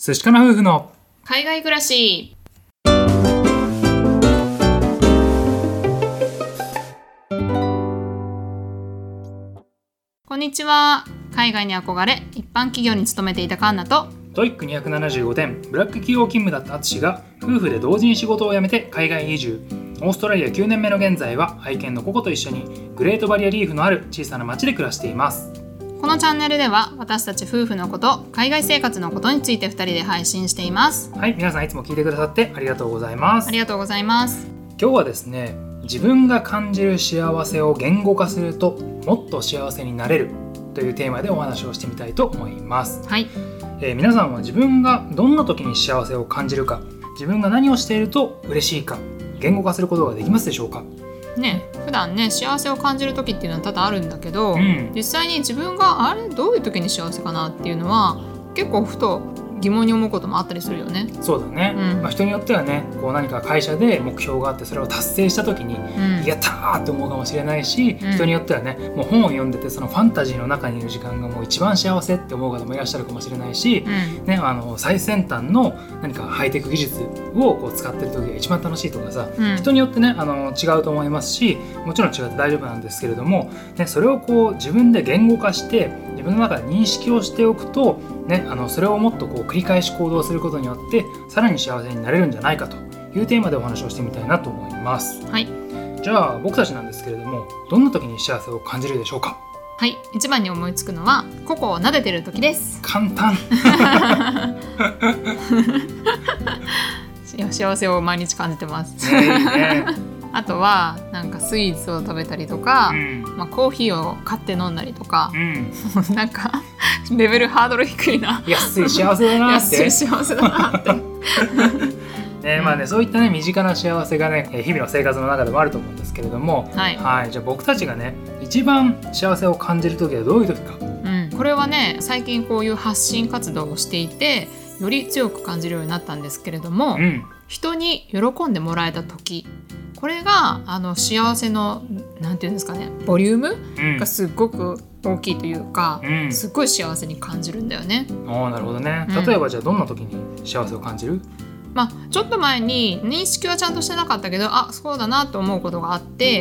寿司かな夫婦の海外暮らし。こんにちは。海外に憧れ一般企業に勤めていたカンナと、 トイック275点ブラック企業勤務だった淳が夫婦で同時に仕事を辞めて海外移住。オーストラリア9年目の現在は愛犬のココと一緒にグレートバリアリーフのある小さな町で暮らしています。 このチャンネルでは私たち夫婦のこと、海外生活のことについて2人で配信しています。 はい、皆さんいつも聞いてくださってありがとうございます。 ありがとうございます。 今日はですね、自分が感じる幸せを言語化するともっと幸せになれるというテーマでお話をしてみたいと思います。 はい。 皆さんは自分がどんな時に幸せを感じるか、自分が何をしていると嬉しいか、言語化することができますでしょうか？ ね、普段ね幸せを感じる時っていうのは多々あるんだけど、実際に自分がどういう時に幸せかなっていうのは結構ふと疑問に思うこともあったりするよね。 そうだね、人によってはね、こう何か会社で目標があってそれを達成した時に、やったーって思うかもしれないし、人によってはね、もう本を読んでてそのファンタジーの中にいる時間がもう一番幸せって思う方もいらっしゃるかもしれないし、最先端の何かハイテク技術をこう使ってる時が一番楽しいとかさ、人によってね違うと思いますし、もちろん違って大丈夫なんですけれども、それをこう自分で言語化して自分の中で認識をしておくとそれをもっとこう繰り返し行動することによってさらに幸せになれるんじゃないかというテーマでお話をしてみたいなと思います。 はい。 じゃあ僕たちなんですけれども、どんな時に幸せを感じるでしょうか？ はい、一番に思いつくのはココを撫でてる時です。 簡単いや、幸せを毎日感じてます。 ねあとはなんかスイーツを食べたりとか、コーヒーを買って飲んだりとか、なんかレベルハードル低いな。 安い幸せだなって。 安い幸せだなってそういったね身近な幸せがね日々の生活の中でもあると思うんですけれども、じゃあ僕たちがね一番幸せを感じる時はどういう時か、 これはね最近こういう発信活動をしていてより強く感じるようになったんですけれども、人に喜んでもらえた時、これが幸せのなんていうんですかね、ボリュームがすごく大きいというか、すごい幸せに感じるんだよね。 なるほどね。例えばじゃあどんな時に幸せを感じる？ ちょっと前に認識はちゃんとしてなかったけど、そうだなと思うことがあって、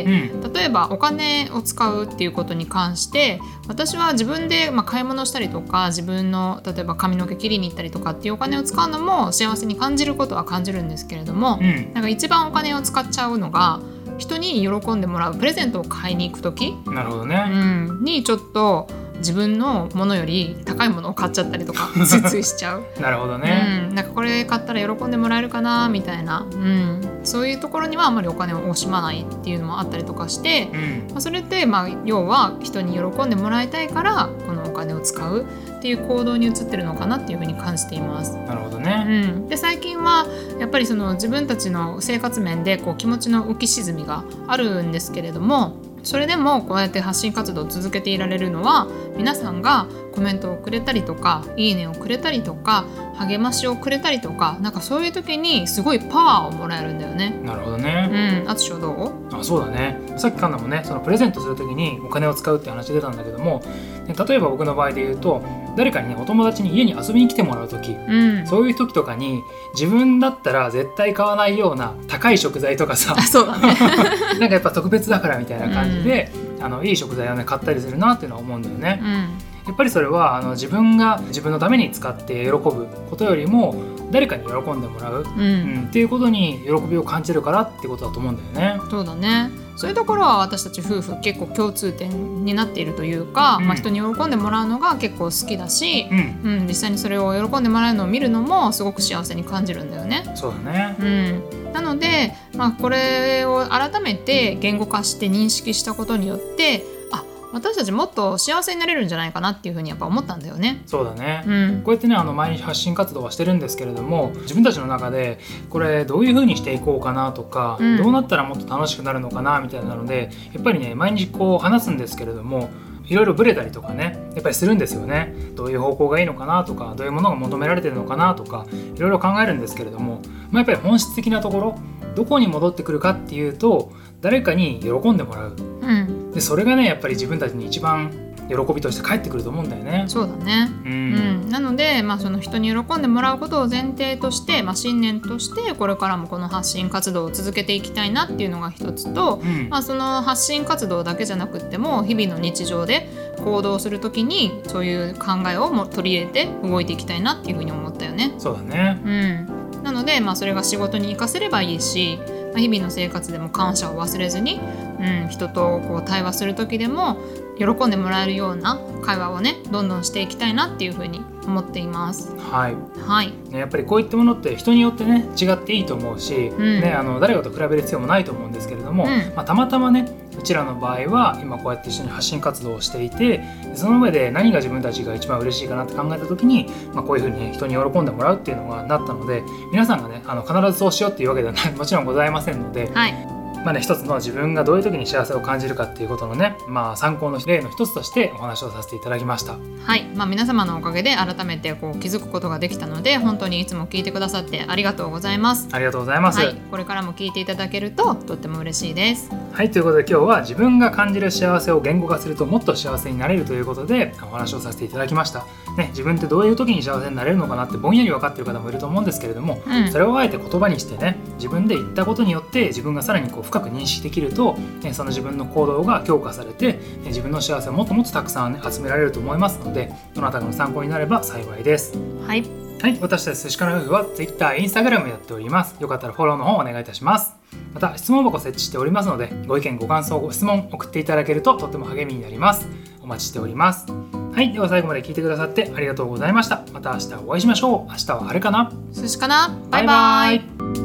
例えばお金を使うっていうことに関して私は自分で買い物したりとか、自分の例えば髪の毛切りに行ったりとかっていうお金を使うのも幸せに感じることは感じるんですけれども、なんか一番お金を使っちゃうのが人に喜んでもらうプレゼントを買いに行く時、 なるほどね、 にちょっと自分のものより高いものを買っちゃったりとかついついしちゃうなるほどね、 なんかこれ買ったら喜んでもらえるかなみたいな、そういうところにはあんまりお金を惜しまないっていうのもあったりとかして、それって要は人に喜んでもらいたいからこのお金を使うっていう行動に移ってるのかなっていうふうに感じています。 なるほどね、 で最近はやっぱりその自分たちの生活面でこう気持ちの浮き沈みがあるんですけれども、それでもこうやって発信活動を続けていられるのは皆さんがコメントをくれたりとかいいねをくれたりとか励ましをくれたりとか、なんかそういう時にすごいパワーをもらえるんだよね。 なるほどね。 あつしはどう？ そうだね。さっきカンナもね、そのプレゼントする時にお金を使うって話出たんだけども、例えば僕の場合で言うと誰かにねお友達に家に遊びに来てもらう時、そういう時とかに自分だったら絶対買わないような高い食材とかさ、 そうだねなんかやっぱ特別だからみたいな感じで、いい食材をね買ったりするなっていうのは思うんだよね。やっぱりそれは自分が自分のために使って喜ぶことよりも誰かに喜んでもらう、っていうことに喜びを感じるからってことだと思うんだよね。 そうだね。そういうところは私たち夫婦結構共通点になっているというか、人に喜んでもらうのが結構好きだし、実際にそれを喜んでもらうのを見るのもすごく幸せに感じるんだよね。 そうだね。 なので、これを改めて言語化して認識したことによって私たちもっと幸せになれるんじゃないかなっていうふうにやっぱ思ったんだよね。 そうだね、こうやってね毎日発信活動はしてるんですけれども、自分たちの中でこれどういうふうにしていこうかなとか、どうなったらもっと楽しくなるのかなみたいなのでやっぱりね毎日こう話すんですけれども、いろいろブレたりとかねやっぱりするんですよね。どういう方向がいいのかなとか、どういうものが求められてるのかなとかいろいろ考えるんですけれども、やっぱり本質的なところどこに戻ってくるかっていうと誰かに喜んでもらう、でそれがねやっぱり自分たちに一番喜びとして返ってくると思うんだよね。 そうだね、なので、その人に喜んでもらうことを前提として、信念としてこれからもこの発信活動を続けていきたいなっていうのが一つと、その発信活動だけじゃなくっても日々の日常で行動するときにそういう考えをも取り入れて動いていきたいなっていうふうに思ったよね。 そうだね、 なので、それが仕事に活かせればいいし、日々の生活でも感謝を忘れずに、人とこう対話する時でも喜んでもらえるような会話をねどんどんしていきたいなっていうふうに思っています。 やっぱりこういったものって人によってね違っていいと思うし、誰かと比べる必要もないと思うんですけれども、たまたまねうちらの場合は今こうやって一緒に発信活動をしていて、その上で何が自分たちが一番嬉しいかなって考えた時に、こういうふうに、人に喜んでもらうっていうのがなったので、皆さんがね必ずそうしようっていうわけではもちろんございませんので、一つの自分がどういう時に幸せを感じるかっていうことのね、参考の例の一つとしてお話をさせていただきました。 皆様のおかげで改めてこう気づくことができたので、本当にいつも聞いてくださってありがとうございます。 ありがとうございます。 これからも聞いていただけるととっても嬉しいです。 ということで今日は自分が感じる幸せを言語化するともっと幸せになれるということでお話をさせていただきました。自分ってどういう時に幸せになれるのかなってぼんやり分かっている方もいると思うんですけれども、それをあえて言葉にしてね、自分で言ったことによって自分がさらにこう深く認識できると、その自分の行動が強化されて、自分の幸せをもっともっとたくさん、集められると思いますので、どなたかの参考になれば幸いです。私たち寿司かな夫婦は Twitter、Instagram やっております。よかったらフォローの方お願いいたします。また質問箱設置しておりますので、ご意見ご感想ご質問送っていただけるととても励みになります。お待ちしております。では最後まで聞いてくださってありがとうございました。また明日お会いしましょう。明日は晴れかな？ 寿司かな？バイバイ。